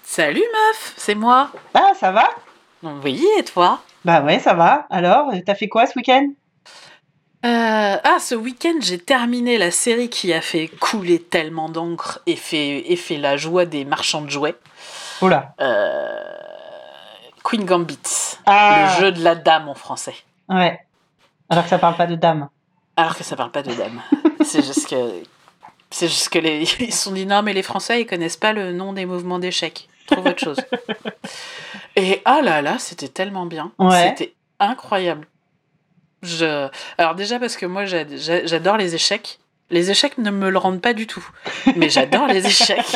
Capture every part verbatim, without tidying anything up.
Salut meuf, c'est moi. Ah, ça va? Oui, et toi? Bah ouais, ça va. Alors, t'as fait quoi ce week-end? Euh, ah, ce week-end, j'ai terminé la série qui a fait couler tellement d'encre et fait, et fait la joie des marchands de jouets. Oula. Euh, Queen Gambit, le Ah, jeu de la dame en français. ouais. Alors que ça parle pas de dame. Alors que ça parle pas de dame. C'est juste que, c'est juste que les, ils se sont dit non, mais les Français, ils connaissent pas le nom des mouvements d'échecs. Trouve autre chose. Et ah là là, c'était tellement bien. Ouais. C'était incroyable. Je... Alors déjà parce que moi j'a- j'a- j'adore les échecs. Les échecs ne me le rendent pas du tout. Mais j'adore les échecs.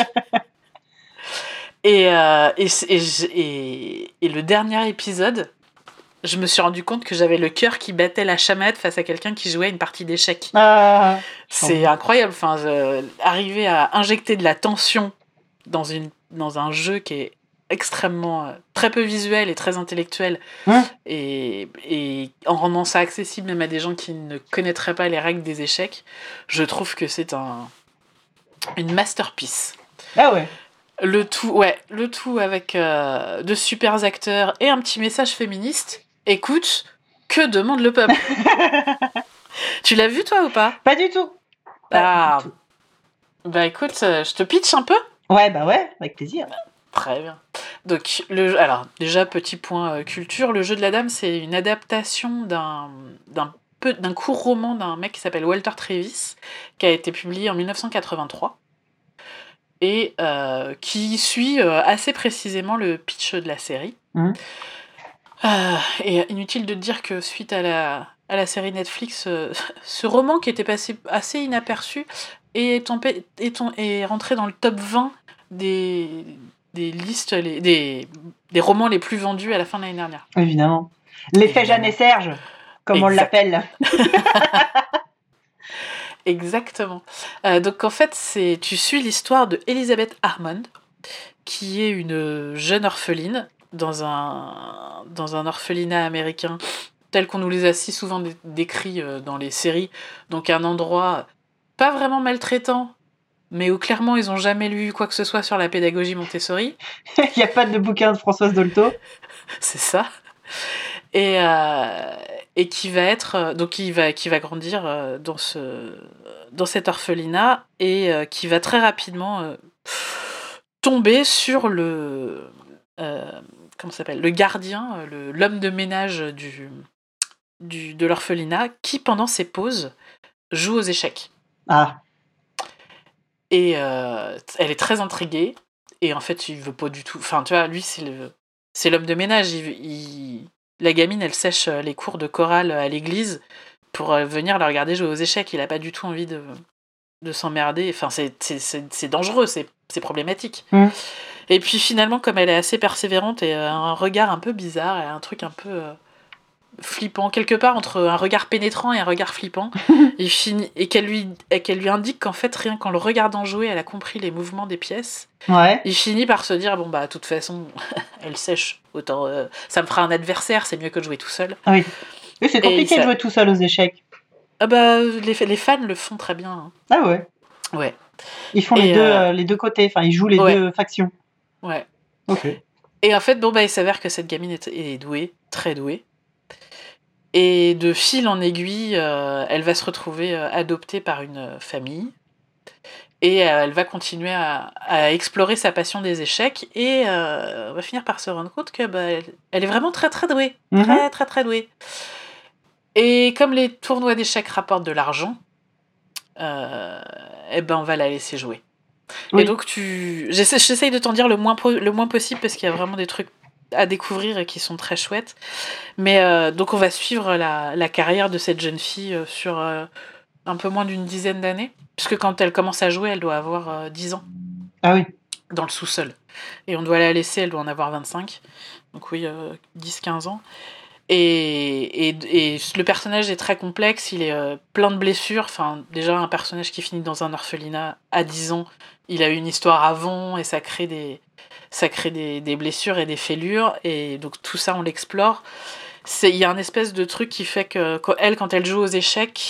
Et, euh, et, et, et, et le dernier épisode, je me suis rendu compte que j'avais le cœur qui battait la chamade face à quelqu'un qui jouait une partie d'échecs. Ah, C'est incroyable. Enfin, je- arriver à injecter de la tension dans, une, dans un jeu qui est extrêmement... euh, très peu visuel et très intellectuel. Hein? Et, et en rendant ça accessible même à des gens qui ne connaîtraient pas les règles des échecs, je trouve que c'est un, une masterpiece. Ah ouais. Le tout, ouais, le tout avec euh, de super acteurs et un petit message féministe. Écoute, que demande le peuple? Tu l'as vu toi ou pas? Pas du tout. Pas Ah, du tout. bah écoute, euh, je te pitch un peu. Ouais, bah ouais, avec plaisir. Très bien. Donc, le, alors, déjà, petit point euh, culture, le jeu de la dame, c'est une adaptation d'un, d'un, peu, d'un court roman d'un mec qui s'appelle Walter Travis, qui a été publié en dix-neuf cent quatre-vingt-trois, et euh, qui suit euh, assez précisément le pitch de la série. Mmh. Euh, et inutile de dire que suite à la, à la série Netflix, euh, ce roman qui était passé assez inaperçu est, tombé, est, tom- est rentré dans le top vingt des, des listes, les, des, des romans les plus vendus à la fin de l'année dernière. Évidemment. L'effet Évidemment. Jeanne et Serge, comme on Exact. l'appelle. Exactement. Euh, donc en fait, c'est, tu suis l'histoire de Elizabeth Harmon, qui est une jeune orpheline dans un, dans un orphelinat américain tel qu'on nous les a si souvent dé- décrits euh, dans les séries. Donc un endroit pas vraiment maltraitant, mais où clairement ils ont jamais lu quoi que ce soit sur la pédagogie Montessori. Il n'y a pas de bouquin de Françoise Dolto. C'est ça. Et, euh, et qui va être euh, donc qui va qui va grandir euh, dans ce dans cet orphelinat et euh, qui va très rapidement euh, tomber sur le euh, comment ça s'appelle le gardien euh, le, l'homme de ménage du, du de l'orphelinat qui pendant ses pauses joue aux échecs Ah, et euh, elle est très intriguée et en fait il veut pas du tout enfin tu vois lui c'est le c'est l'homme de ménage il, il- la gamine elle sèche euh, les cours de chorale à l'église pour euh, venir la regarder jouer aux échecs il a pas du tout envie de de s'emmerder enfin c'est c'est, c'est, c'est dangereux c'est c'est problématique. Mmh. Et puis finalement comme elle est assez persévérante et euh, un regard un peu bizarre et un truc un peu euh, flippant quelque part entre un regard pénétrant et un regard flippant il finit et qu'elle lui et qu'elle lui indique qu'en fait rien qu'en le regardant jouer elle a compris les mouvements des pièces. ouais. Il finit par se dire bon bah de toute façon elle sèche autant euh, ça me fera un adversaire c'est mieux que de jouer tout seul. Ah oui. Oui, c'est Et compliqué ça- de jouer tout seul aux échecs. Ah bah les, les fans le font très bien hein. Ah ouais. Ouais Ils font Et les deux, euh, euh, les deux côtés. Enfin, ils jouent les ouais. deux factions. ouais Ok. et en fait bon bah il s'avère que cette gamine est, est douée très douée et de fil en aiguille euh, elle va se retrouver euh, adoptée par une euh, famille et euh, elle va continuer à, à explorer sa passion des échecs et euh, on va finir par se rendre compte que bah, elle, elle est vraiment très très douée Mhm. très très très douée et comme les tournois d'échecs rapportent de l'argent euh, eh ben on va la laisser jouer. Oui. Et donc tu j'essaie, j'essaye de t'en dire le moins, po- le moins possible parce qu'il y a vraiment des trucs à découvrir et qui sont très chouettes mais euh, donc on va suivre la, la carrière de cette jeune fille euh, sur euh, un peu moins d'une dizaine d'années puisque quand elle commence à jouer elle doit avoir euh, dix ans Ah oui. dans le sous-sol. Et on doit la laisser, elle doit en avoir vingt-cinq. Donc oui, euh, dix quinze ans. Et, et, et le personnage est très complexe, il est euh, plein de blessures. Enfin, déjà, un personnage qui finit dans un orphelinat à dix ans, il a eu une histoire avant et ça crée des, ça crée des, des blessures et des fêlures. Et donc tout ça, on l'explore. C'est, il y a un espèce de truc qui fait que quand elle, quand elle joue aux échecs,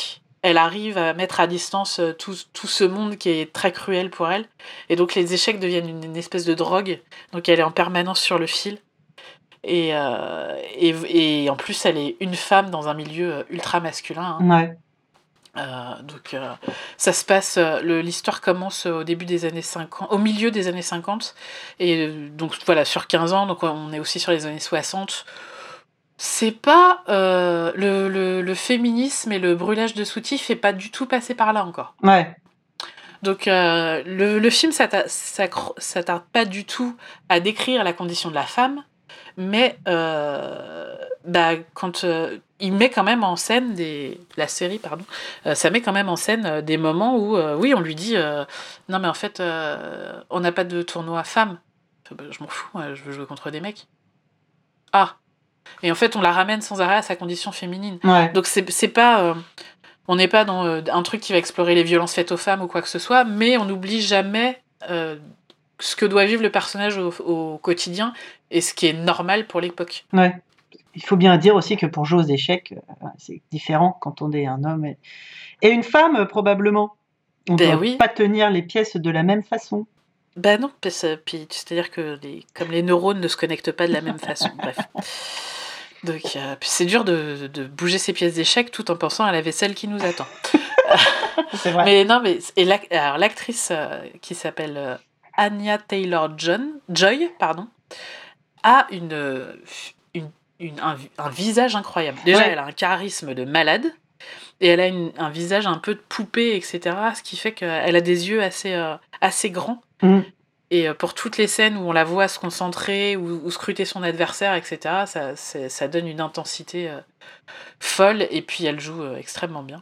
elle arrive à mettre à distance euh, tout, tout ce monde qui est très cruel pour elle. Et donc les échecs deviennent une, une espèce de drogue. Donc elle est en permanence sur le fil. Et, euh, et, et en plus, elle est une femme dans un milieu euh, ultra masculin. Hein. Ouais. Euh, donc euh, ça se passe, euh, le, l'histoire commence au début des années cinquante, au milieu des années cinquante, et euh, donc voilà, sur quinze ans, donc on est aussi sur les années soixante. C'est pas euh, le, le, le féminisme et le brûlage de soutifs est pas du tout passé par là encore. Ouais. Donc euh, le, le film s'atta- s'accro- s'attarde pas du tout à décrire la condition de la femme, mais euh, bah, quand euh, il met quand même en scène des la série pardon euh, ça met quand même en scène euh, des moments où euh, oui on lui dit euh, non mais en fait euh, on n'a pas de tournoi femmes. Enfin, bah, je m'en fous, euh, je veux jouer contre des mecs. Ah, et en fait on la ramène sans arrêt à sa condition féminine. Ouais. Donc c'est c'est pas euh, on n'est pas dans euh, un truc qui va explorer les violences faites aux femmes ou quoi que ce soit, mais on n'oublie jamais euh, ce que doit vivre le personnage au, au quotidien et ce qui est normal pour l'époque. Ouais. Il faut bien dire aussi que pour jouer aux échecs, euh, c'est différent quand on est un homme et, et une femme, euh, probablement. On ne Ben doit oui. pas tenir les pièces de la même façon. Ben non, parce, euh, puis, c'est-à-dire que les, comme les neurones ne se connectent pas de la même façon, bref. Donc euh, puis c'est dur de, de bouger ses pièces d'échecs tout en pensant à la vaisselle qui nous attend. C'est vrai. Mais non, mais et l'ac- alors, l'actrice euh, qui s'appelle euh, Anya Taylor-Joy, pardon, a une, euh, une, une- un, un visage incroyable. Déjà, Ouais. elle a un charisme de malade. Et elle a une- un visage un peu de poupée, et cetera. Ce qui fait qu'elle a des yeux assez, euh, assez grands. Mhm. Et euh, pour toutes les scènes où on la voit se concentrer ou, ou scruter son adversaire, et cetera, ça, c'est- ça donne une intensité euh, folle. Et puis elle joue euh, extrêmement bien.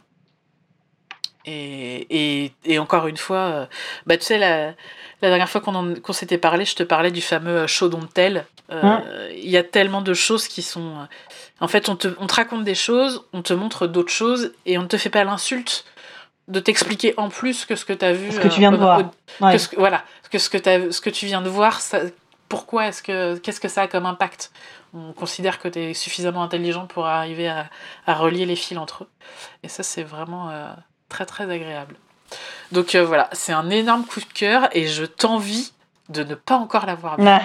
Et, et, et encore une fois, euh, bah, tu sais, la, la dernière fois qu'on, en- qu'on s'était parlé, je te parlais du fameux euh, show don't tell. Euh, Hum. Il y a tellement de choses qui sont... euh, En fait, on te, on te raconte des choses, on te montre d'autres choses, et on ne te fait pas l'insulte de t'expliquer en plus que ce que tu as vu... Ce que tu viens de euh, voir. au- que Ouais. ce que- voilà, que ce que, t'as- ce que tu viens de voir, ça- pourquoi est-ce que... Qu'est-ce que ça a comme impact? On considère que tu es suffisamment intelligent pour arriver à, à relier les fils entre eux. Et ça, c'est vraiment euh, très, très agréable. Donc euh, voilà, c'est un énorme coup de cœur, et je t'envie de ne pas encore l'avoir vu.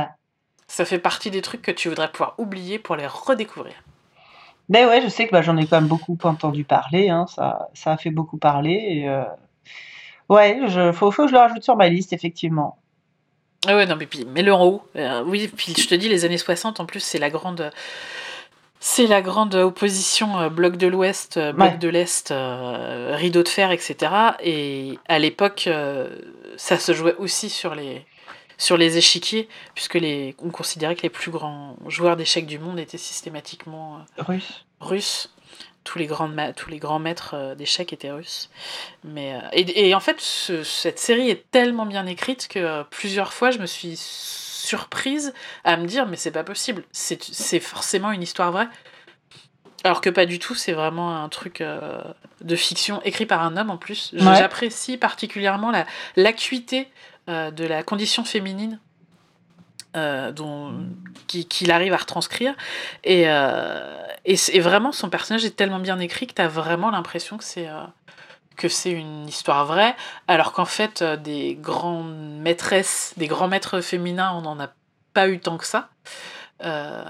Ça fait partie des trucs que tu voudrais pouvoir oublier pour les redécouvrir. Ben ouais, je sais que bah, j'en ai quand même beaucoup entendu parler, hein, ça, ça a fait beaucoup parler. Et, euh, ouais, il faut, faut que je le rajoute sur ma liste, effectivement. Ah ouais, non, mais puis mets-le en haut. Euh, oui, puis je te dis, les années soixante, en plus, c'est la grande... C'est la grande opposition euh, bloc de l'Ouest, euh, bloc Ouais. de l'Est, euh, rideau de fer, et cetera. Et à l'époque, euh, ça se jouait aussi sur les, sur les échiquiers, puisque les, on considérait que les plus grands joueurs d'échecs du monde étaient systématiquement euh, Russe. russes. Tous les grands, ma- tous les grands maîtres euh, d'échecs étaient russes. Mais, euh, et, et en fait, ce- cette série est tellement bien écrite que euh, plusieurs fois, je me suis surprise à me dire, mais c'est pas possible, c'est, c'est forcément une histoire vraie. Alors que pas du tout, c'est vraiment un truc euh, de fiction écrit par un homme en plus. Ouais. J'apprécie particulièrement la, l'acuité euh, de la condition féminine euh, dont, qui- qu'il arrive à retranscrire. Et, euh, et, c'est- et vraiment, son personnage est tellement bien écrit que tu as vraiment l'impression que c'est, euh, que c'est une histoire vraie, alors qu'en fait, euh, des grandes maîtresses, des grands maîtres féminins, on n'en a pas eu tant que ça. Euh,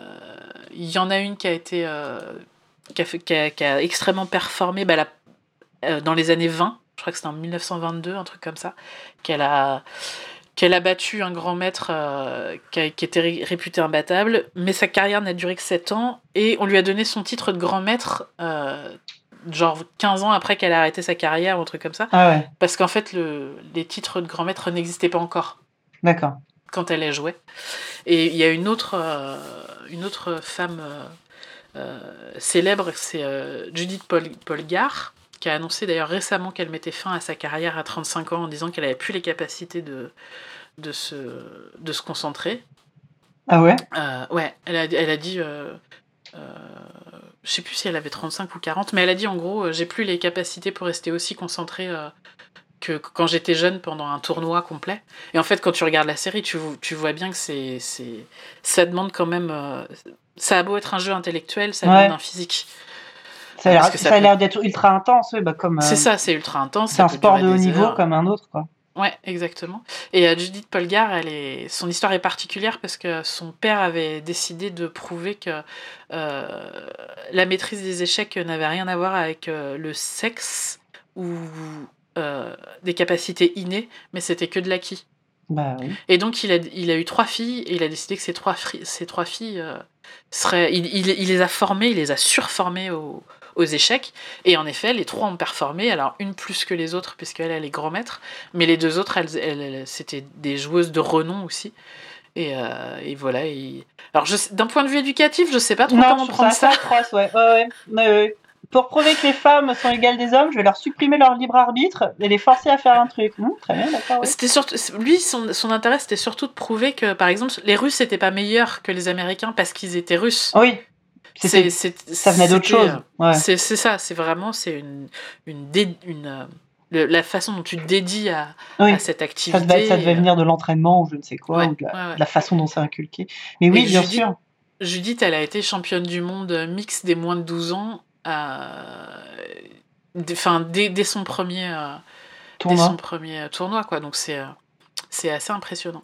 Il y en a une qui a été... euh, qui, a fait- qui a- qui a extrêmement performé bah, la- euh, dans les années vingt, je crois que c'était en mille neuf cent vingt-deux, un truc comme ça, qu'elle a, qu'elle a battu un grand maître euh, qui, a- qui était ré- réputé imbattable, mais sa carrière n'a duré que sept ans, et on lui a donné son titre de grand maître euh, genre quinze ans après qu'elle a arrêté sa carrière, ou un truc comme ça, Ah ouais, parce qu'en fait, le, les titres de grand maître n'existaient pas encore d'accord. quand elle les jouait. Et il y a une autre, euh, une autre femme euh, euh, célèbre, c'est euh, Judith Pol- Polgar, qui a annoncé d'ailleurs récemment qu'elle mettait fin à sa carrière à trente-cinq ans en disant qu'elle n'avait plus les capacités de, de, se, de se concentrer. Ah ouais? Euh, ouais, elle a, elle a dit... Euh, euh, je sais plus si elle avait trente-cinq ou quarante, mais elle a dit en gros, euh, j'ai plus les capacités pour rester aussi concentrée euh, que quand j'étais jeune pendant un tournoi complet. Et en fait, quand tu regardes la série, tu, tu vois bien que c'est, c'est, ça demande quand même... euh, ça a beau être un jeu intellectuel, ça Ouais. demande un physique. Ça a l'air, parce que ça ça a peut... l'air d'être ultra intense, oui, bah comme. C'est euh, ça, c'est ultra intense. c'est ça un peut sport durer de haut des niveau heures. comme un autre, quoi. Ouais, exactement. Et euh, Judith Polgar, elle est... son histoire est particulière parce que son père avait décidé de prouver que euh, la maîtrise des échecs n'avait rien à voir avec euh, le sexe ou euh, des capacités innées, mais c'était que de l'acquis. Bah oui. Et donc il a, il a eu trois filles et il a décidé que ces trois, fri- ces trois filles euh, seraient... Il, il, il les a formées, il les a surformées aux, aux échecs. Et en effet, les trois ont performé. Alors une plus que les autres puisqu'elle elle est grand maître, mais les deux autres, elles, elles, elles- c'était des joueuses de renom aussi. Et, euh, et voilà. Et... Alors je, sais- d'un point de vue éducatif, je sais pas trop Non, je comment trouve ça prendre assez ça. atroce, ouais. Ouais, ouais. Ouais, ouais. Pour prouver que les femmes sont égales des hommes, je vais leur supprimer leur libre arbitre et les forcer à faire un truc. Hum, très bien, d'accord, ouais. C'était surtout, lui, son, son intérêt, c'était surtout de prouver que, par exemple, les Russes n'étaient pas meilleurs que les Américains parce qu'ils étaient Russes. Oui, c'était, C'est, c'est, ça venait d'autre c'était, chose. euh, Ouais. c'est, c'est ça, c'est vraiment c'est une, une, dé- une euh, le- la façon dont tu te dédies à, Oui, à cette ça activité. devait, ça devait euh, venir de l'entraînement ou je ne sais quoi, ouais, ou de la, ouais, ouais. de la façon dont c'est inculqué. Mais oui, Et bien Judith, sûr. Judith, elle a été championne du monde mix des moins de douze ans, euh, dès, enfin, dès, dès son premier, euh, dès son Tournoi. premier tournoi, quoi. Donc c'est, euh, c'est assez impressionnant.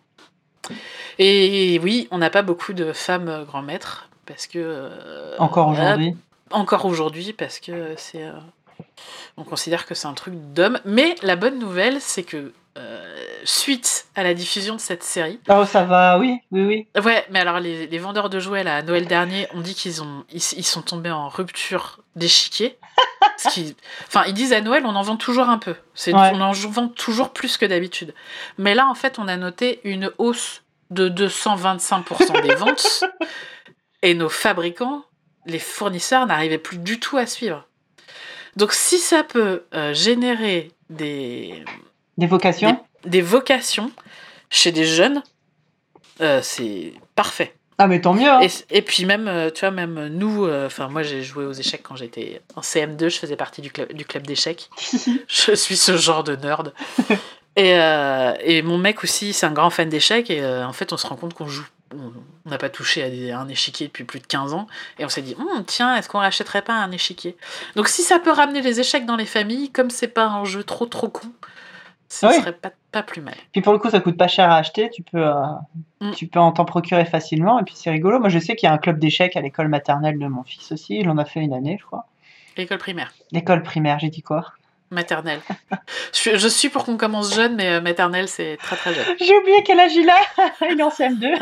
Et oui, on n'a pas beaucoup de femmes euh, grands maîtres parce que euh, Encore euh, aujourd'hui. encore aujourd'hui parce que c'est euh, on considère que c'est un truc d'homme. Mais la bonne nouvelle, c'est que euh, suite à la diffusion de cette série, Oh, ça va, oui, oui, oui. ouais, mais alors les, les vendeurs de jouets là, à Noël dernier ont dit qu'ils ont ils, ils sont tombés en rupture d'échiquier. Ce qui, enfin, ils disent à Noël, on en vend toujours un peu. C'est, Ouais. on en vend toujours plus que d'habitude. Mais là, en fait, on a noté une hausse de deux cent vingt-cinq pour cent des ventes. Et nos fabricants, les fournisseurs, n'arrivaient plus du tout à suivre. Donc, si ça peut euh, générer des, Des vocations. des, des vocations chez des jeunes, euh, c'est parfait. Ah, mais tant mieux, hein. Et, et puis même, euh, tu vois, même nous, enfin moi j'ai joué aux échecs quand j'étais en C M deux, je faisais partie du club, du club d'échecs. Je suis ce genre de nerd. Et, euh, et mon mec aussi, c'est un grand fan d'échecs. Et euh, en fait, on se rend compte qu'on joue. On n'a pas touché à, des, à un échiquier depuis plus de quinze ans. Et on s'est dit, hm, tiens, est-ce qu'on rachèterait pas un échiquier? Donc si ça peut ramener les échecs dans les familles, comme c'est pas un jeu trop trop con, ce Oui. serait pas, pas plus mal. Puis pour le coup, ça coûte pas cher à acheter. Tu peux, euh, Mm. tu peux en t'en procurer facilement. Et puis c'est rigolo. Moi, je sais qu'il y a un club d'échecs à l'école maternelle de mon fils aussi. Il en a fait une année, je crois. École primaire. L'école primaire, j'ai dit quoi? Maternelle. je, suis, je suis pour qu'on commence jeune, mais euh, maternelle, c'est très très jeune. J'ai oublié quel âge il a. Il est en C M deux.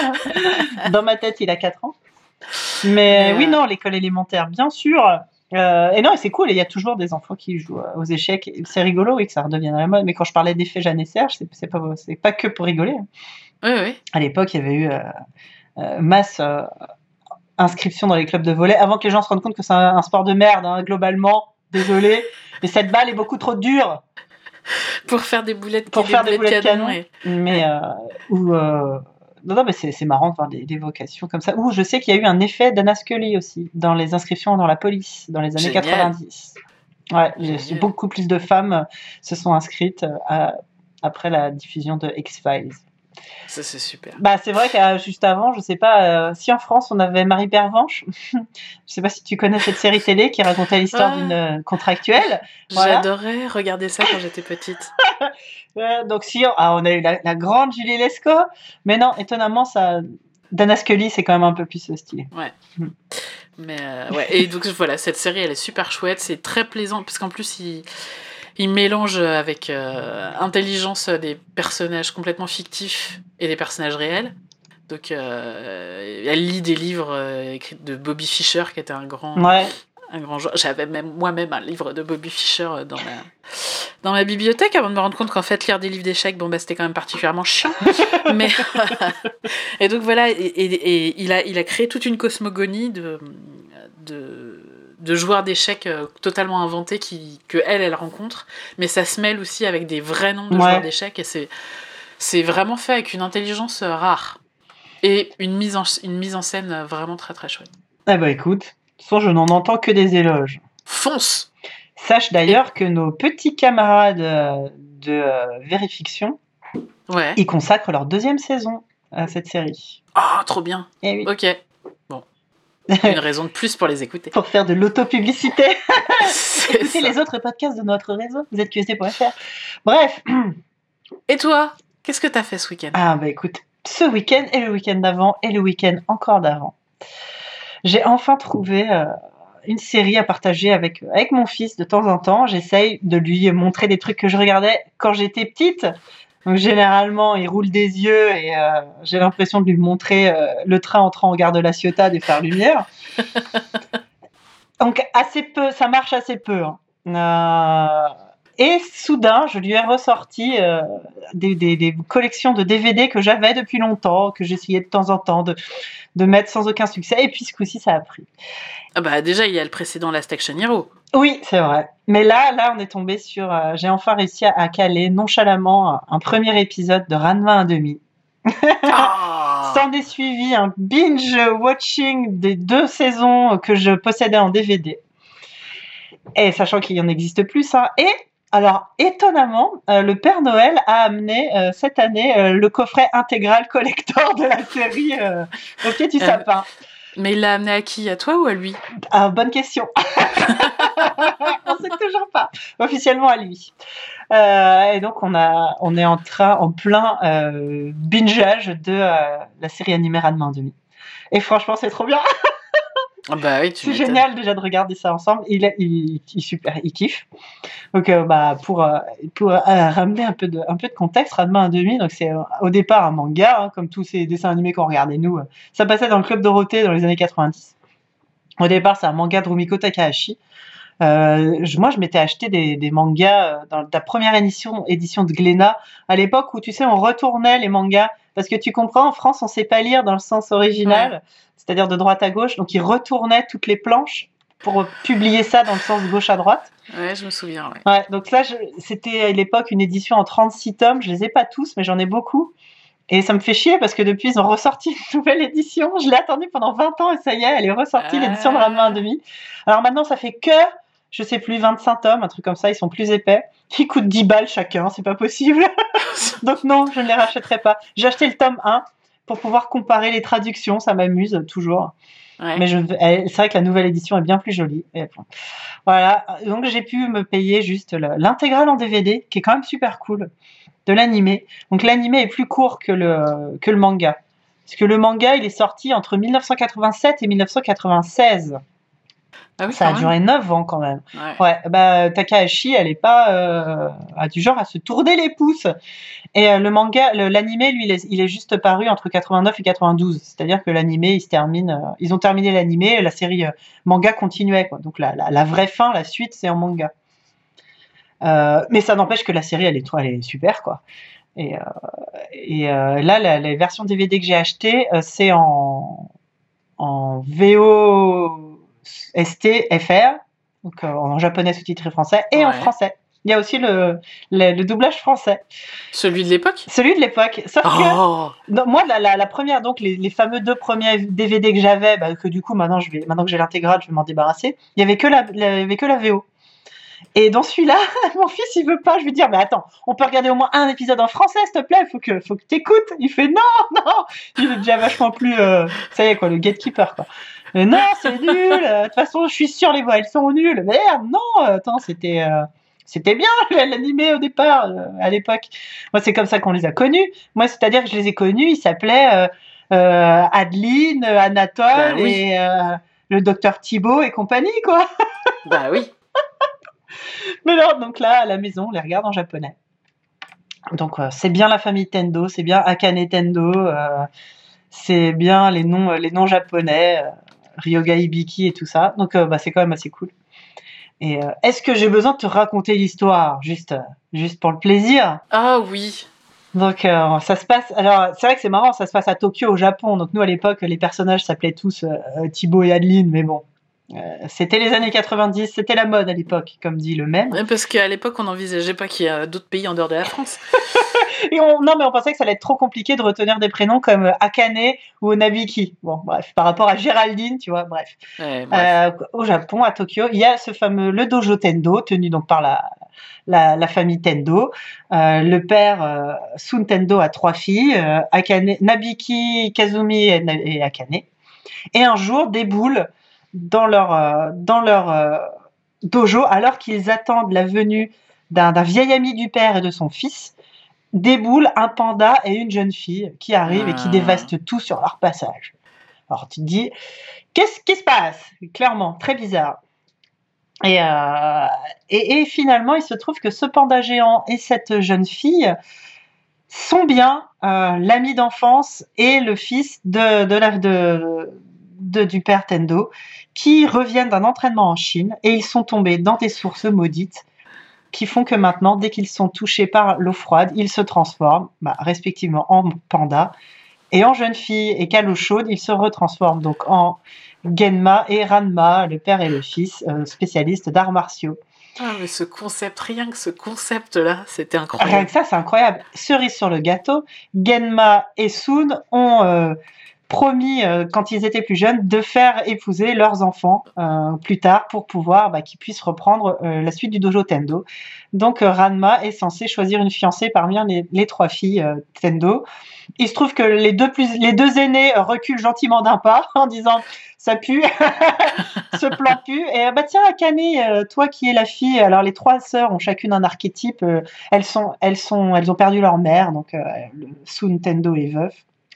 Dans ma tête, il a quatre ans. Mais, Mais, oui, euh, non, l'école élémentaire, bien sûr. Euh, et non, et c'est cool. Il y a toujours des enfants qui jouent euh, aux échecs. Et c'est rigolo, oui, que ça redevienne à la mode. Mais quand je parlais d'effet Jeanne et Serge, c'est, c'est, pas, c'est pas que pour rigoler. Oui, oui. À l'époque, il y avait eu euh, euh, masse euh, inscription dans les clubs de volley avant que les gens se rendent compte que c'est un, un sport de merde, hein, globalement. Désolé. Mais cette balle est beaucoup trop dure. Pour faire des boulettes, Pour des faire des boulettes boulettes canon. canon. Et... Mais, Ouais. euh, ou, euh, non, non, mais c'est, c'est marrant de voir des, des vocations comme ça. Ou je sais qu'il y a eu un effet d'Anna Scully aussi, dans les inscriptions dans la police, dans les années Génial. quatre-vingt-dix. Ouais, Génial. beaucoup plus de femmes se sont inscrites à, après la diffusion de X-Files. Ça, c'est super. Bah, c'est vrai que juste avant, je sais pas, euh, si en France on avait Marie Pervenche, je sais pas si tu connais cette série télé qui racontait l'histoire Ah. d'une euh, contractuelle. Voilà. J'adorais regarder ça quand j'étais petite. Euh, donc si on, ah, on a eu la, la grande Julie Lescaut, mais non, étonnamment, ça, Dana Scully, c'est quand même un peu plus stylé. Ouais. Mm. Mais euh, ouais. Et donc voilà, cette série, elle est super chouette. C'est très plaisant parce qu'en plus, il, il mélange avec euh, intelligence des personnages complètement fictifs et des personnages réels. Donc, euh, elle lit des livres euh, écrits de Bobby Fischer, qui était un grand, Ouais. un grand joueur. J'avais même moi-même un livre de Bobby Fischer dans ma, dans ma bibliothèque avant de me rendre compte qu'en fait, lire des livres d'échecs, bon, bah, c'était quand même particulièrement chiant. Mais, et donc voilà, et, et, et il, a, il a créé toute une cosmogonie de, de, de joueurs d'échecs euh, totalement inventés qui, que elle, elle rencontre. Mais ça se mêle aussi avec des vrais noms de Ouais. joueurs d'échecs et c'est, c'est vraiment fait avec une intelligence euh, rare. Et une mise, en, une mise en scène vraiment très très chouette. Eh ben écoute, de toute façon, je n'en entends que des éloges. Fonce! Sache d'ailleurs que nos petits camarades euh, de euh, Vérifiction, Ouais. ils consacrent leur deuxième saison à cette série. Oh, trop bien! Eh oui. Ok. Une raison de plus pour les écouter. Pour faire de l'autopublicité. C'est Écoutez ça. les autres podcasts de notre réseau, z q s t point f r. Bref. Et toi, qu'est-ce que t'as fait ce week-end? Ah bah écoute, ce week-end et le week-end d'avant et le week-end encore d'avant, j'ai enfin trouvé euh, une série à partager avec, avec mon fils de temps en temps. J'essaye de lui montrer des trucs que je regardais quand j'étais petite. Donc généralement, il roule des yeux et euh, j'ai l'impression de lui montrer euh, le train entrant en gare de la Ciotat des Frères Lumière. Donc assez peu, ça marche assez peu. Hein. Euh, et soudain, je lui ai ressorti euh, des, des, des collections de D V D que j'avais depuis longtemps, que j'essayais de temps en temps de, de mettre sans aucun succès. Et puis ce coup-ci, ça a pris. Ah bah déjà, il y a le précédent Last Action Hero. Oui, c'est vrai. Mais là, là, on est tombé sur... Euh, j'ai enfin réussi à, à caler nonchalamment un, un premier épisode de Ranma un demi. Oh S'en est suivi un binge-watching des deux saisons que je possédais en D V D. Et sachant qu'il y en existe plus. Hein. Et, alors, étonnamment, euh, le Père Noël a amené euh, cette année euh, le coffret intégral collector de la série euh, au pied du Euh, sapin. Mais il l'a amené à qui? À toi ou à lui? Ah, bonne question. On sait toujours pas. Officiellement à lui. Euh, et donc on a, on est en train, en plein euh, bingeage de euh, la série animée Ranma un demi. Et franchement, c'est trop bien. Ah bah oui, tu C'est m'étonnes. génial déjà de regarder ça ensemble. Il, il, il super, il kiffe. Donc euh, bah pour euh, pour euh, ramener un peu de un peu de contexte, Ranma un demi. Donc c'est euh, au départ un manga, hein, comme tous ces dessins animés qu'on regardait nous. Euh, ça passait dans le Club Dorothée dans les années quatre-vingt-dix. Au départ, c'est un manga de Rumiko Takahashi. Euh, je, moi, je m'étais acheté des, des mangas dans la première édition, édition de Glénat, à l'époque où, tu sais, on retournait les mangas. Parce que tu comprends, en France, on sait pas lire dans le sens original, ouais. C'est-à-dire de droite à gauche. Donc, ils retournaient toutes les planches pour publier ça dans le sens de gauche à droite. Ouais, je me souviens, ouais. Ouais, donc là, je, c'était à l'époque une édition en trente-six tomes. Je les ai pas tous, mais j'en ai beaucoup. Et ça me fait chier parce que depuis, ils ont ressorti une nouvelle édition. Je l'ai attendue pendant vingt ans et ça y est, elle est ressortie, euh... l'édition de Ranma un demi. Alors maintenant, ça fait que, je sais plus, vingt-cinq tomes, un truc comme ça, ils sont plus épais. Ils coûtent dix balles chacun, c'est pas possible. Donc non, je ne les rachèterai pas. J'ai acheté le tome un pour pouvoir comparer les traductions, ça m'amuse toujours. Ouais. Mais je, c'est vrai que la nouvelle édition est bien plus jolie. Et bon. Voilà, donc j'ai pu me payer juste l'intégrale en D V D, qui est quand même super cool, de l'animé. Donc l'animé est plus court que le, que le manga. Parce que le manga, il est sorti entre mille neuf cent quatre-vingt-sept et mille neuf cent quatre-vingt-seize. Ah oui, ça a même. duré neuf ans quand même. Ouais. ouais bah, Takahashi, elle est pas euh, a du genre à se tourner les pouces. Et euh, le manga, le, l'animé, lui, il est, il est juste paru entre quatre-vingt-neuf et quatre-vingt-douze. C'est-à-dire que l'animé, il se termine. Euh, ils ont terminé l'animé, et la série euh, manga continuait. Quoi. Donc la, la, la vraie fin, la suite, c'est en manga. Euh, mais ça n'empêche que la série, elle est, elle est super, quoi. Et, euh, et euh, là, la, la version D V D que j'ai achetée, euh, c'est en, en V O S T F R, donc euh, en japonais sous-titré français, et ouais. en français. Il y a aussi le, le, le doublage français. Celui de l'époque ? Celui de l'époque. Sauf oh. que, non, moi, la, la, la première, donc les, les fameux deux premiers D V D que j'avais, bah, que du coup, maintenant, je vais, maintenant que j'ai l'intégrale, je vais m'en débarrasser, il n'y avait que la, la, il y avait que la V O. Et dans celui-là, mon fils, il veut pas. Je lui dis, mais attends, on peut regarder au moins un épisode en français, s'il te plaît. Faut que, faut que t'écoutes. Il fait, non, non. Il est déjà vachement plus, euh, ça y est, quoi, le gatekeeper, quoi. Mais non, c'est nul. De toute façon, je suis sûre, les voix, elles sont nulles. Merde, non. Attends, c'était, euh, c'était bien, l'animé au départ, euh, à l'époque. Moi, c'est comme ça qu'on les a connus. Moi, c'est-à-dire que je les ai connus. Ils s'appelaient, euh, euh, Adeline, Anatole bah, oui. et, euh, le docteur Thibault et compagnie, quoi. Bah oui. Mais non, donc là, à la maison, on les regarde en japonais. Donc, euh, c'est bien la famille Tendo, c'est bien Akane Tendo, euh, c'est bien les noms, les noms japonais, euh, Ryoga Hibiki et tout ça. Donc, euh, bah, c'est quand même assez cool. Et euh, est-ce que j'ai besoin de te raconter l'histoire, juste, euh, juste pour le plaisir ? Ah oui. Donc, euh, ça se passe. Alors, c'est vrai que c'est marrant, ça se passe à Tokyo, au Japon. Donc, nous, à l'époque, les personnages s'appelaient tous euh, Thibaut et Adeline, mais bon. Euh, c'était les années quatre-vingt-dix, c'était la mode à l'époque, comme dit le même. Ouais, parce qu'à l'époque, on n'envisageait pas qu'il y a d'autres pays en dehors de la France. Et on, non, mais on pensait que ça allait être trop compliqué de retenir des prénoms comme Akane ou Nabiki. Bon, bref, par rapport à Géraldine, tu vois, bref. Ouais, bref. Euh, au Japon, à Tokyo, il y a ce fameux le dojo Tendo, tenu donc par la, la, la famille Tendo. Euh, le père, euh, Sun Tendo, a trois filles, euh, Akane, Nabiki, Kazumi et, et Akane. et un jour déboulent dans leur, euh, dans leur euh, dojo, alors qu'ils attendent la venue d'un, d'un vieil ami du père et de son fils, déboule un panda et une jeune fille qui arrivent et qui Ah. dévastent tout sur leur passage. Alors tu te dis, qu'est-ce qui se passe ? Clairement, très bizarre. Et, euh, et, et finalement, il se trouve que ce panda géant et cette jeune fille sont bien euh, l'ami d'enfance et le fils de, de la, de, de, du père Tendo, qui reviennent d'un entraînement en Chine, et ils sont tombés dans des sources maudites qui font que maintenant, dès qu'ils sont touchés par l'eau froide, ils se transforment bah, respectivement en panda et en jeune fille, et qu'à l'eau chaude, ils se retransforment donc en Genma et Ranma, le père et le fils, euh, spécialistes d'arts martiaux. Ah, mais ce concept, rien que ce concept-là, c'était incroyable. Rien que ça, c'est incroyable. Cerise sur le gâteau, Genma et Sun ont euh, promis, euh, quand ils étaient plus jeunes, de faire épouser leurs enfants euh, plus tard pour pouvoir bah, qu'ils puissent reprendre euh, la suite du dojo Tendo. Donc euh, Ranma est censée choisir une fiancée parmi les, les trois filles euh, Tendo. Il se trouve que les deux, plus, les deux aînés euh, reculent gentiment d'un pas en disant « ça pue, ce plan pue ». Et bah tiens, Akane, euh, toi qui es la fille, alors les trois sœurs ont chacune un archétype, euh, elles, sont, elles, sont, elles ont perdu leur mère, donc euh, Sun Tendo est veuf.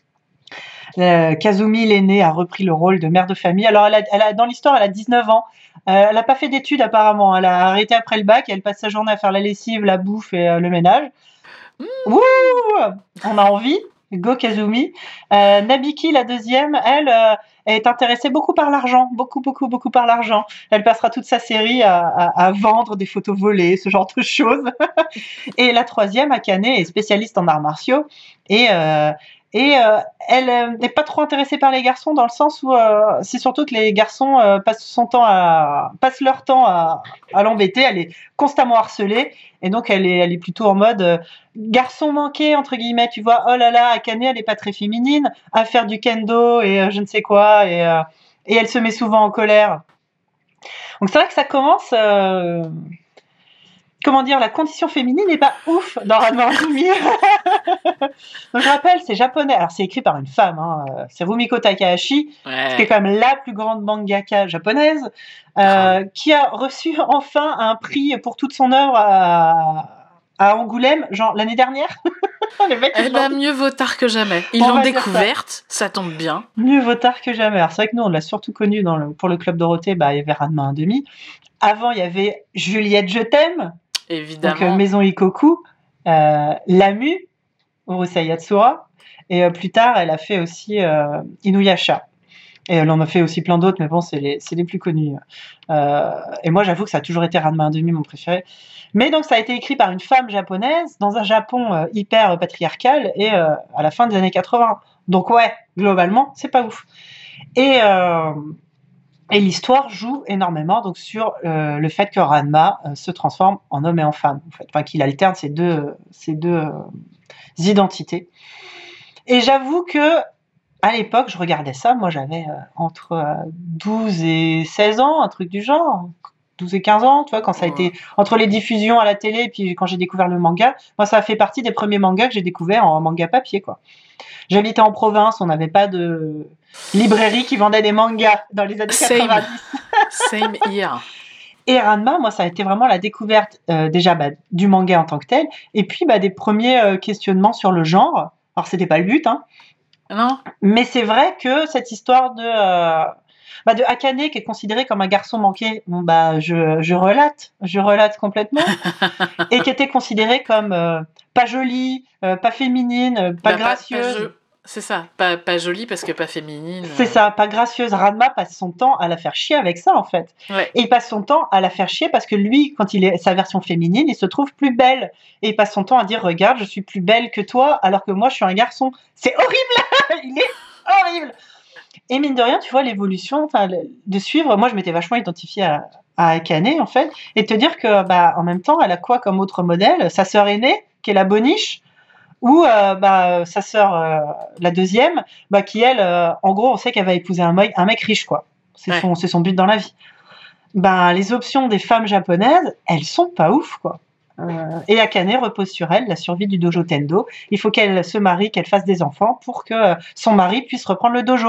Euh, Kazumi, l'aînée, a repris le rôle de mère de famille. Alors, elle a, elle a, dans l'histoire, elle a dix-neuf ans. Euh, elle n'a pas fait d'études, apparemment. Elle a arrêté après le bac et elle passe sa journée à faire la lessive, la bouffe et euh, le ménage. Mmh. Wouh, on a envie. Go Kazumi. Euh, Nabiki, la deuxième, elle euh, est intéressée beaucoup par l'argent. Beaucoup, beaucoup, beaucoup par l'argent. Elle passera toute sa série à, à, à vendre des photos volées, ce genre de choses. Et la troisième, Akane, est spécialiste en arts martiaux. Et... Euh, Et euh, elle n'est pas trop intéressée par les garçons, dans le sens où euh, c'est surtout que les garçons euh, passent, son temps à, passent leur temps à, à l'embêter. Elle est constamment harcelée. Et donc, elle est, elle est plutôt en mode euh, garçon manqué, entre guillemets. Tu vois, oh là là, Akane, elle n'est pas très féminine, à faire du kendo et euh, je ne sais quoi. Et, euh, et elle se met souvent en colère. Donc, c'est vrai que ça commence... Euh, Comment dire, la condition féminine n'est pas ouf dans Ranma Rumi. Donc je rappelle, c'est japonais. Alors c'est écrit par une femme, hein. C'est Rumiko Takahashi, Ouais. qui est quand même la plus grande mangaka japonaise, euh, qui a reçu enfin un prix pour toute son œuvre à, à Angoulême, genre l'année dernière. Les mecs, eh ben, mieux vaut tard que jamais. Ils On l'ont va dire découverte, ça. ça tombe bien. Mieux vaut tard que jamais. Alors c'est vrai que nous, on l'a surtout connue dans le, pour le Club Dorothée, bah, il y avait Ranma un demi. Avant, il y avait Juliette, je t'aime. Évidemment. Donc, euh, Maison Ikoku, euh, Lamu, Urusei Yatsura, et euh, plus tard, elle a fait aussi euh, Inuyasha. Et elle en a fait aussi plein d'autres, mais bon, c'est les, c'est les plus connus. Euh, et moi, j'avoue que ça a toujours été Ranma un demi, mon préféré. Mais donc, ça a été écrit par une femme japonaise, dans un Japon euh, hyper patriarcal, et euh, à la fin des années quatre-vingts. Donc ouais, globalement, c'est pas ouf. Et... Euh, Et l'histoire joue énormément donc sur euh, le fait que Ranma euh, se transforme en homme et en femme, en fait. Enfin, qu'il alterne ces deux, ces deux euh, identités. Et j'avoue que à l'époque, je regardais ça, moi j'avais euh, entre euh, douze et seize ans, un truc du genre, douze et quinze ans, tu vois, quand ça a Ouais. été entre les diffusions à la télé et puis quand j'ai découvert le manga, moi ça a fait partie des premiers mangas que j'ai découvert en manga papier, quoi. J'habitais en province, on n'avait pas de librairie qui vendait des mangas dans les années Same. quatre-vingt-dix. Same here. Et Ranma, moi, ça a été vraiment la découverte euh, déjà bah, du manga en tant que tel, et puis bah, des premiers euh, questionnements sur le genre. Alors, c'était pas le but, hein. Non. Mais c'est vrai que cette histoire de, euh, bah, de Akane, qui est considéré comme un garçon manqué, bon, bah, je, je relate, je relate complètement, et qui était considérée comme euh, pas jolie, euh, pas féminine, euh, pas Bah, gracieuse. Pas, pas je... C'est ça, pas, pas jolie parce que pas féminine. C'est ça, pas gracieuse. Ranma passe son temps à la faire chier avec ça, en fait. Ouais. Et il passe son temps à la faire chier parce que lui, quand il est sa version féminine, il se trouve plus belle. Et il passe son temps à dire, regarde, je suis plus belle que toi, alors que moi, je suis un garçon. C'est horrible. Il est horrible. Et mine de rien, tu vois, l'évolution, enfin, de suivre. Moi, je m'étais vachement identifiée à, à Akane, en fait. Et te dire que, bah, en même temps, elle a quoi comme autre modèle ? Sa sœur aînée, qui est la boniche. Ou euh, bah, sa sœur, euh, la deuxième, bah, qui elle, euh, en gros, on sait qu'elle va épouser un mec, un mec riche, quoi. C'est, ouais. son, c'est son but dans la vie. Bah, les options des femmes japonaises, elles sont pas ouf, quoi. Euh, et Akane repose sur elle, la survie du dojo Tendo. Il faut qu'elle se marie, qu'elle fasse des enfants pour que son mari puisse reprendre le dojo.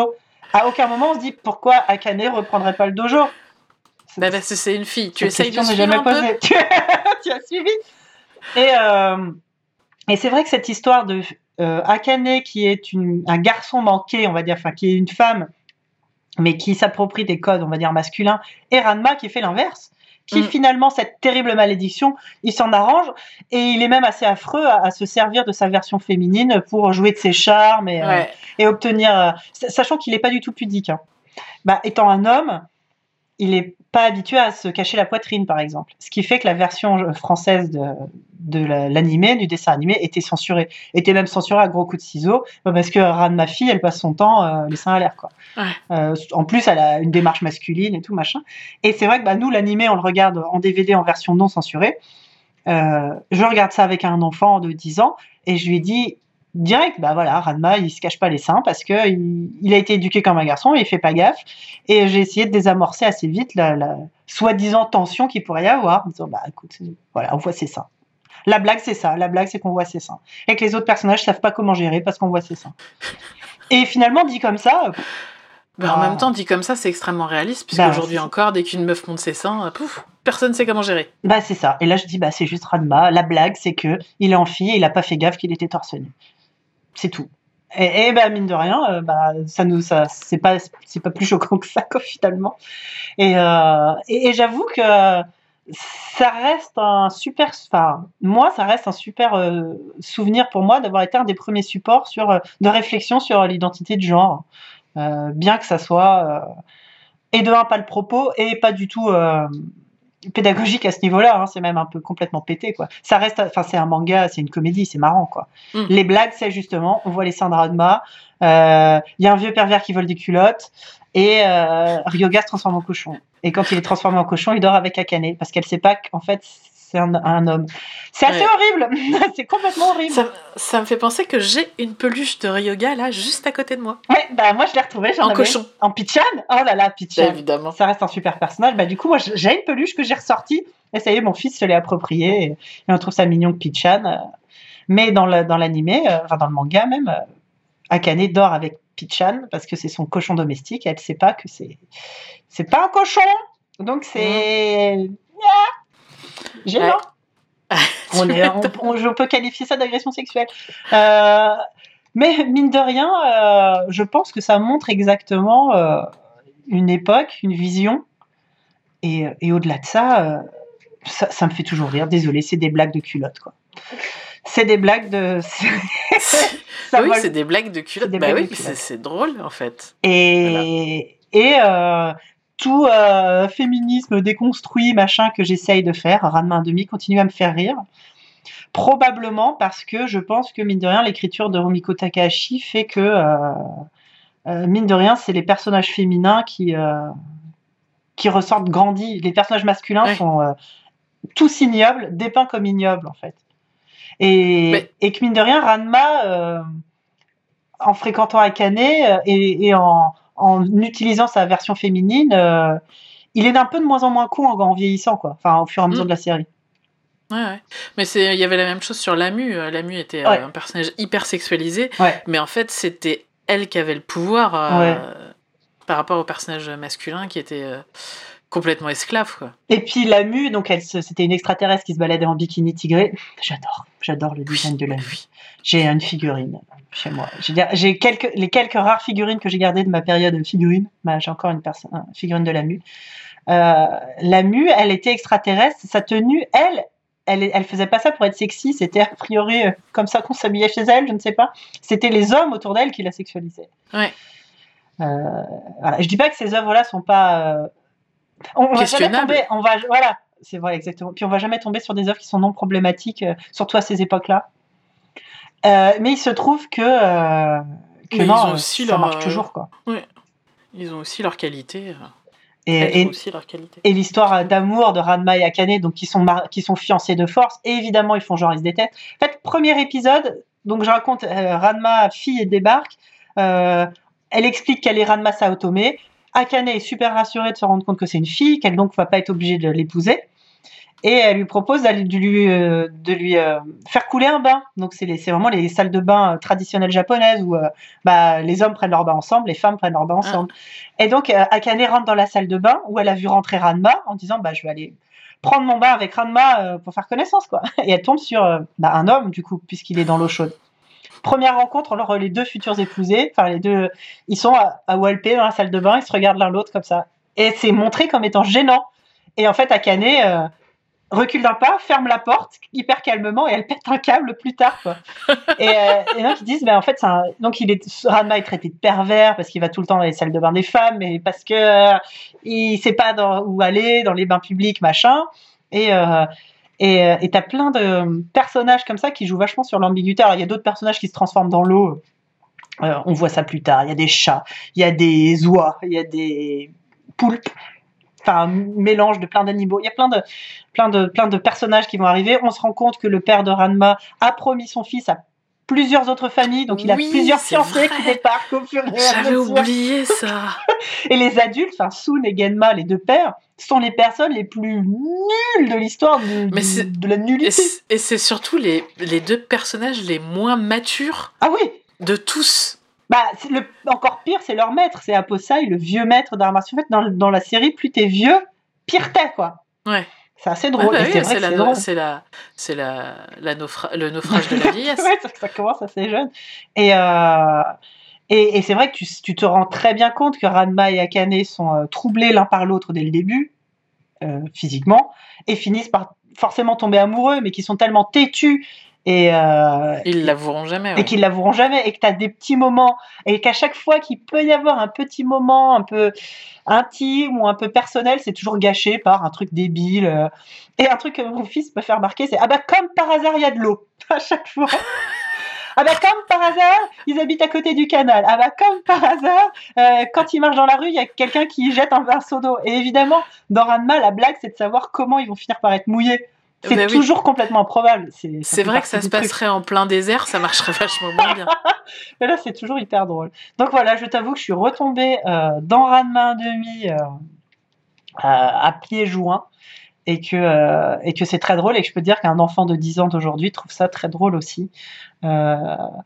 À aucun moment, on se dit pourquoi Akane reprendrait pas le dojo. Bah parce que c'est une fille. Tu Cette essayes de question n'est suivre jamais un peu. posée. Tu as suivi. Et, euh, et c'est vrai que cette histoire de euh, Akane qui est une, un garçon manqué, on va dire, enfin qui est une femme, mais qui s'approprie des codes, on va dire, masculins, et Ranma qui fait l'inverse, qui Mm. finalement, cette terrible malédiction, il s'en arrange, et il est même assez affreux à, à se servir de sa version féminine pour jouer de ses charmes et, euh, Ouais. et obtenir... euh, sachant qu'il n'est pas du tout pudique. Hein. Bah, étant un homme, il n'est pas habitué à se cacher la poitrine, par exemple. Ce qui fait que la version française de, de la- l'animé, du dessin animé, était censurée. Était même censurée à gros coups de ciseaux, parce que Ranma fille, elle passe son temps euh, les seins à l'air, quoi. Ouais. Euh, en plus, elle a une démarche masculine et tout, machin. Et c'est vrai que bah, nous, l'animé, on le regarde en D V D en version non censurée. Euh, je regarde ça avec un enfant de dix ans, et je lui dis direct, bah voilà, Ranma, il se cache pas les seins parce que il, il a été éduqué comme un garçon, il fait pas gaffe. Et j'ai essayé de désamorcer assez vite la, la soi-disant tension qu'il pourrait y avoir, en disant, bah écoute, voilà, on voit ses seins. La blague, c'est ça. La blague, c'est qu'on voit ses seins. Et que les autres personnages savent pas comment gérer parce qu'on voit ses seins. Et finalement, dit comme ça, euh, Bah, Ah. en même temps, dit comme ça, c'est extrêmement réaliste, puisque Bah, aujourd'hui c'est ça. encore, dès qu'une meuf monte ses seins, euh, pouf, personne sait comment gérer. bah c'est ça. Et là, je dis, bah c'est juste Ranma. La blague, c'est que il est en fille et il a pas fait gaffe qu'il était torse nu. C'est tout. Et, et bah, mine de rien, euh, bah, ça nous, ça, c'est pas, c'est pas plus choquant que ça, quoi, finalement. Et, euh, et, et j'avoue que ça reste un super, enfin, moi, ça reste un super euh, souvenir pour moi d'avoir été un des premiers supports sur, euh, de réflexion sur l'identité de genre. Euh, bien que ça soit, euh, et de un, pas le propos, et pas du tout euh, pédagogique à ce niveau-là, hein, c'est même un peu complètement pété, quoi. Ça reste, enfin, c'est un manga, c'est une comédie, c'est marrant, quoi. Mm. Les blagues, c'est justement, on voit les seins de Ranma, il euh, y a un vieux pervers qui vole des culottes, et euh, Ryoga se transforme en cochon. Et quand il est transformé en cochon, il dort avec Akane, parce qu'elle sait pas qu'en fait, c'est un, un homme. C'est assez Ouais. horrible, c'est complètement horrible. Ça, ça me fait penser que j'ai une peluche de Ryoga, là, juste à côté de moi. Ouais, bah moi je l'ai retrouvée, j'en En avais cochon. En Pichan. Oh là là, Pichan. Évidemment. Ça reste un super personnage. Bah du coup, moi j'ai une peluche que j'ai ressortie. Et ça y est, mon fils se l'est appropriée. Et, et on trouve ça mignon que Pichan. Euh, mais dans, le, dans l'animé, euh, enfin dans le manga même, euh, Akane dort avec Pichan parce que c'est son cochon domestique. Et elle sait pas que c'est c'est pas un cochon. Donc c'est mmh. gênant. Ouais. On, est, on, on, on peut qualifier ça d'agression sexuelle. Euh, mais mine de rien, euh, je pense que ça montre exactement euh, une époque, une vision. Et, et au-delà de ça, euh, ça, ça me fait toujours rire. Désolé, c'est des blagues de culottes, quoi. C'est des blagues de. Ça oui, vole... c'est des blagues de culottes. Bah oui, c'est, c'est drôle en fait. Et, voilà. et euh, tout euh, féminisme déconstruit, machin, que j'essaye de faire, Ranma un demi, continue à me faire rire. Probablement parce que je pense que, mine de rien, l'écriture de Rumiko Takahashi fait que, euh, euh, mine de rien, c'est les personnages féminins qui, euh, qui ressortent grandis. Les personnages masculins ouais. sont euh, tous ignobles, dépeints comme ignobles, en fait. Et, Mais... et que, mine de rien, Ranma, euh, en fréquentant Akane euh, et, et en, en utilisant sa version féminine, euh, il est d'un peu de moins en moins con en, en vieillissant, quoi. Enfin, au fur et à mesure mmh. de la série. Ouais, ouais. Mais c'est, il y avait la même chose sur Lamu. Lamu était ouais. euh, un personnage hyper sexualisé, ouais. mais en fait, c'était elle qui avait le pouvoir euh, ouais. par rapport au personnage masculin qui était euh, complètement esclave, quoi. Et puis Lamu, donc elle, c'était une extraterrestre qui se baladait en bikini tigré. J'adore, j'adore le design oui. de Lamu. Oui. J'ai une figurine chez moi. J'ai, j'ai quelques, les quelques rares figurines que j'ai gardées de ma période de figurine. Bah, j'ai encore une, perso- une figurine de Lamu. Euh, Lamu, elle était extraterrestre. Sa tenue, elle, Elle, elle faisait pas ça pour être sexy, c'était a priori euh, comme ça qu'on s'habillait chez elle, je ne sais pas. C'était les hommes autour d'elle qui la sexualisaient. Ouais. Euh, voilà. Je dis pas que ces œuvres-là sont pas. Euh... On, on va jamais tomber. On va, voilà, c'est vrai exactement. Puis on va jamais tomber sur des œuvres qui sont non problématiques, euh, surtout à ces époques-là. Euh, mais il se trouve que, euh, que non, ils ont aussi ça leur, marche toujours, quoi. Ouais. Ils ont aussi leur qualité. Euh... Et, et, aussi leur qualité. Et l'histoire d'amour de Ranma et Akane, donc qui sont, mar- qui sont fiancés de force, et évidemment ils font genre ils se détestent. En fait, premier épisode, donc je raconte euh, Ranma, fille, débarque, euh, elle explique qu'elle est Ranma Saotome, Akane est super rassurée de se rendre compte que c'est une fille, qu'elle donc va pas être obligée de l'épouser, et elle lui propose d'aller, de lui, euh, de lui euh, faire couler un bain. Donc c'est, les, c'est vraiment les salles de bain euh, traditionnelles japonaises où euh, bah, les hommes prennent leur bain ensemble, les femmes prennent leur bain ensemble. Ah. Et donc euh, Akane rentre dans la salle de bain où elle a vu rentrer Ranma en disant bah, je vais aller prendre mon bain avec Ranma euh, pour faire connaissance, quoi. Et elle tombe sur euh, bah, un homme, du coup, puisqu'il est dans l'eau chaude. Première rencontre, alors les deux futurs épousés, enfin les deux, ils sont à, à Walpé dans la salle de bain, ils se regardent l'un l'autre comme ça. Et c'est montré comme étant gênant. Et en fait, Akane euh, recule d'un pas, ferme la porte hyper calmement et elle pète un câble plus tard, quoi. et, euh, et donc ils disent, ben en fait, c'est un... donc il est Ranma est traité de pervers parce qu'il va tout le temps dans les salles de bain des femmes, mais parce que euh, il sait pas dans, où aller, dans les bains publics, machin. Et euh, Et euh, et t'as plein de personnages comme ça qui jouent vachement sur l'ambiguïté. Alors il y a d'autres personnages qui se transforment dans l'eau. Euh, on voit ça plus tard. Il y a des chats, il y a des oies, il y a des poulpes. Enfin, un mélange de plein d'animaux. Il y a plein de, plein de, plein de personnages qui vont arriver. On se rend compte que le père de Ranma a promis son fils à plusieurs autres familles, donc il a oui, plusieurs fiancés qui débarquent au fur et à mesure. J'avais oublié ça. Et les adultes, enfin Sun et Genma, les deux pères, sont les personnes les plus nulles de l'histoire de, Mais de, de la nullité. Et c'est, et c'est surtout les, les deux personnages les moins matures ah oui. de tous. Bah, c'est le, encore pire, c'est leur maître, c'est Aposai, le vieux maître d'arts martiaux. En fait, dans, dans la série, plus t'es vieux, pire t'es, quoi. Ouais. C'est assez drôle. Ouais, bah et oui, c'est, vrai c'est, que la, c'est, drôle. c'est la, c'est la, la naufra- le naufrage de la vieillesse. Ouais, ça commence assez jeune. Et, euh, et, et c'est vrai que tu, tu te rends très bien compte que Ranma et Akane sont euh, troublés l'un par l'autre dès le début, euh, physiquement, et finissent par forcément tomber amoureux, mais qui sont tellement têtus. Et euh, ils l'avoueront jamais. Et ouais. qu'ils l'avoueront jamais. Et que tu as des petits moments. Et qu'à chaque fois qu'il peut y avoir un petit moment un peu intime ou un peu personnel, c'est toujours gâché par un truc débile. Et un truc que mon fils me fait remarquer, c'est « Ah bah comme par hasard, il y a de l'eau. » À chaque fois. Ah bah comme par hasard, ils habitent à côté du canal. Ah bah comme par hasard, euh, quand ils marchent dans la rue, il y a quelqu'un qui jette un, un seau d'eau. Et évidemment, dans Ranma, la blague, c'est de savoir comment ils vont finir par être mouillés. C'est bah toujours oui. complètement improbable. C'est, c'est vrai que ça se passerait truc. En plein désert, ça marcherait vachement moins bien. Mais là, c'est toujours hyper drôle. Donc voilà, je t'avoue que je suis retombée euh, dans Ranma un demi euh, à, à pieds joints et que, euh, et que c'est très drôle et que je peux te dire qu'un enfant de dix ans d'aujourd'hui trouve ça très drôle aussi. Euh,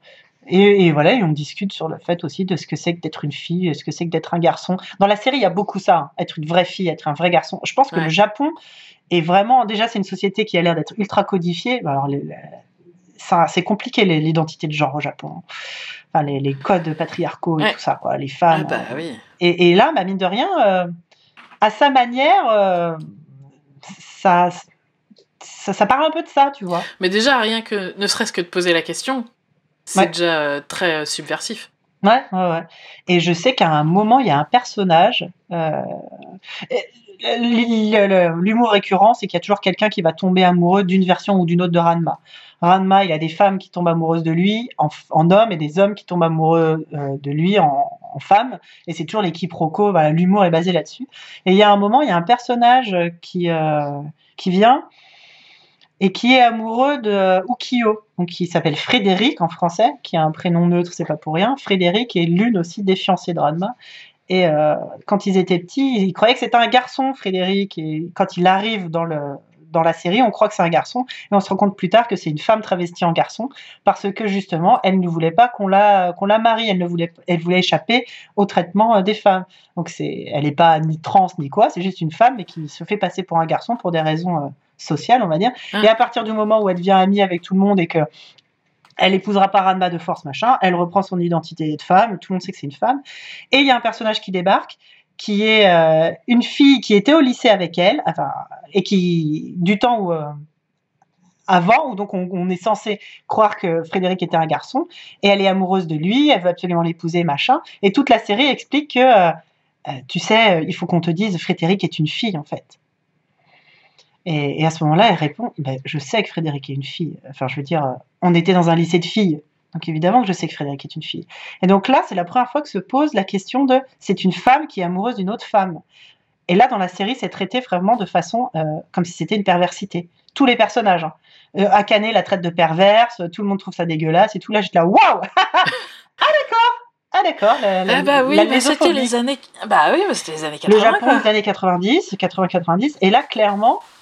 et, et voilà, et on discute sur le fait aussi de ce que c'est que d'être une fille, ce que c'est que d'être un garçon. Dans la série, il y a beaucoup ça, hein, être une vraie fille, être un vrai garçon. Je pense que ouais. le Japon est vraiment, déjà, c'est une société qui a l'air d'être ultra codifiée. Alors, les, les, ça, c'est compliqué les, l'identité de genre au Japon. Enfin, les, les codes patriarcaux et ouais. tout ça, quoi. Les femmes. Ah bah, euh, oui. et, et là, bah, mine de rien, euh, à sa manière, euh, ça, ça, ça parle un peu de ça, tu vois. Mais déjà, rien que, ne serait-ce que de poser la question, c'est ouais. déjà euh, très euh, subversif. Ouais, ouais, ouais. Et je sais qu'à un moment, il y a un personnage. Euh, l'humour récurrent, c'est qu'il y a toujours quelqu'un qui va tomber amoureux d'une version ou d'une autre de Ranma. Ranma, il a des femmes qui tombent amoureuses de lui en, en homme et des hommes qui tombent amoureux euh, de lui en, en femme. Et c'est toujours les quiproquos. Voilà, l'humour est basé là-dessus. Et il y a un moment, il y a un personnage qui, euh, qui vient et qui est amoureux de Ukiyo, donc qui s'appelle Frédéric en français, qui a un prénom neutre, c'est pas pour rien. Frédéric est l'une aussi des fiancées de Ranma. Et euh, quand ils étaient petits, ils croyaient que c'était un garçon, Frédéric. Et quand il arrive dans, le, dans la série, on croit que c'est un garçon. Et on se rend compte plus tard que c'est une femme travestie en garçon, parce que justement, elle ne voulait pas qu'on la, qu'on la marie. Elle, ne voulait, elle voulait échapper au traitement des femmes. Donc c'est, elle n'est pas ni trans ni quoi, c'est juste une femme, mais qui se fait passer pour un garçon pour des raisons euh, sociales, on va dire. Mmh. Et à partir du moment où elle devient amie avec tout le monde et que elle épousera pas Ranma de force, machin. Elle reprend son identité de femme. Tout le monde sait que c'est une femme. Et il y a un personnage qui débarque, qui est euh, une fille qui était au lycée avec elle, enfin, et qui, du temps où, euh, avant, où donc on, on est censé croire que Frédéric était un garçon, et elle est amoureuse de lui, elle veut absolument l'épouser, machin. Et toute la série explique que, euh, euh, tu sais, il faut qu'on te dise, Frédéric est une fille, en fait. Et, et à ce moment-là, elle répond, ben, je sais que Frédéric est une fille. Enfin, je veux dire, on était dans un lycée de filles. Donc évidemment que je sais que Frédéric est une fille. Et donc là, c'est la première fois que se pose la question de, c'est une femme qui est amoureuse d'une autre femme. Et là, dans la série, c'est traité vraiment de façon, euh, comme si c'était une perversité. Tous les personnages. Hein. Euh, Akane la traite de perverse, tout le monde trouve ça dégueulasse et tout. Là, j'étais là, waouh. Ah d'accord. Ah d'accord, la, la, ah bah oui, mais c'était les années, bah oui, mais c'était les années quatre-vingts. Le Japon des années quatre-vingt-dix, quatre-vingts quatre-vingt-dix, et là clairement,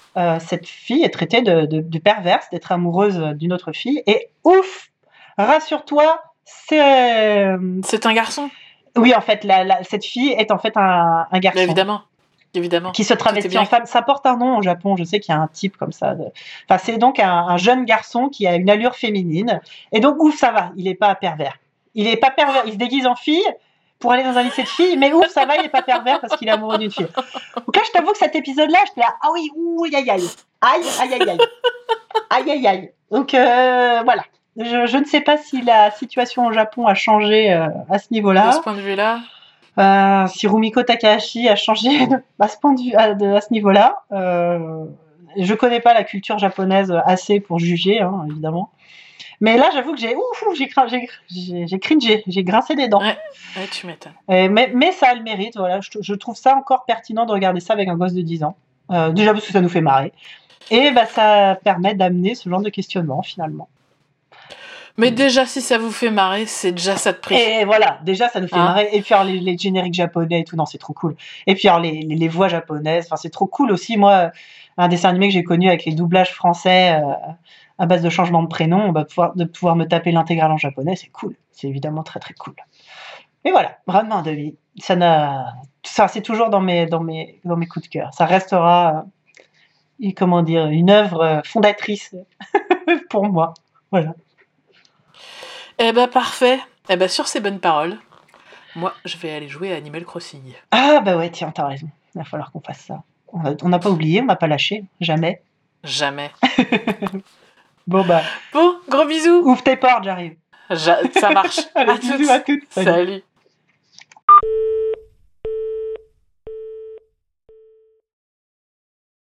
euh, cette fille est traitée de, de, de perverse, d'être amoureuse d'une autre fille. Et ouf, rassure-toi, c'est... C'est un garçon. Oui, en fait, la, la, cette fille est en fait un, un garçon. Mais évidemment. Évidemment. Qui se travestit en femme. Ça porte un nom au Japon. Je sais qu'il y a un type comme ça. De... Enfin, c'est donc un, un jeune garçon qui a une allure féminine. Et donc, ouf, ça va. Il n'est pas pervers. Il n'est pas pervers. Il se déguise en fille pour aller dans un lycée de filles. Mais ouf, ça va. Il n'est pas pervers parce qu'il est amoureux d'une fille. Donc là, je t'avoue que cet épisode-là, j'étais là. Ah oui, ouh, aïe, aïe, aïe. Aïe, aïe, aïe, aïe. Aïe, aïe, aïe. Donc, euh, voilà. Je, je ne sais pas si la situation au Japon a changé euh, à ce niveau-là. De ce point de vue-là. Euh, si Rumiko Takahashi a changé à ce point de vue, à, de, à ce niveau-là, euh, je connais pas la culture japonaise assez pour juger, hein, évidemment. Mais là, j'avoue que j'ai, ouf, ouf, j'ai, j'ai, j'ai, j'ai cringé, j'ai grincé des dents. Ouais, ouais tu m'étonnes. Et, mais, mais ça a le mérite, voilà. Je, je trouve ça encore pertinent de regarder ça avec un gosse de dix ans. Euh, déjà parce que ça nous fait marrer. Et bah, ça permet d'amener ce genre de questionnement, finalement. Mais déjà, si ça vous fait marrer, c'est déjà ça de prix. Et voilà, déjà, ça nous fait hein marrer. Et puis, alors, les, les génériques japonais et tout, non, c'est trop cool. Et puis, alors, les, les, les voix japonaises, enfin, c'est trop cool aussi. Moi, un dessin animé que j'ai connu avec les doublages français euh, à base de changement de prénom, bah, pouvoir, de pouvoir me taper l'intégrale en japonais, c'est cool. C'est évidemment très, très cool. Et voilà, vraiment, Devi. Ça n'a... Ça, c'est toujours dans mes, dans mes, dans mes coups de cœur. Ça restera, euh, comment dire, une œuvre fondatrice pour moi. Voilà. Eh ben parfait. Eh ben sur ces bonnes paroles, moi je vais aller jouer à Animal Crossing. Ah bah ouais, tiens, t'as raison. Il va falloir qu'on fasse ça. On n'a pas oublié, on n'a pas lâché, jamais. Jamais. Bon bah. Bon, gros bisous. Ouvre tes portes, j'arrive. Ja- ça marche. Allez, à bisous toutes. à toutes. Salut. Salut.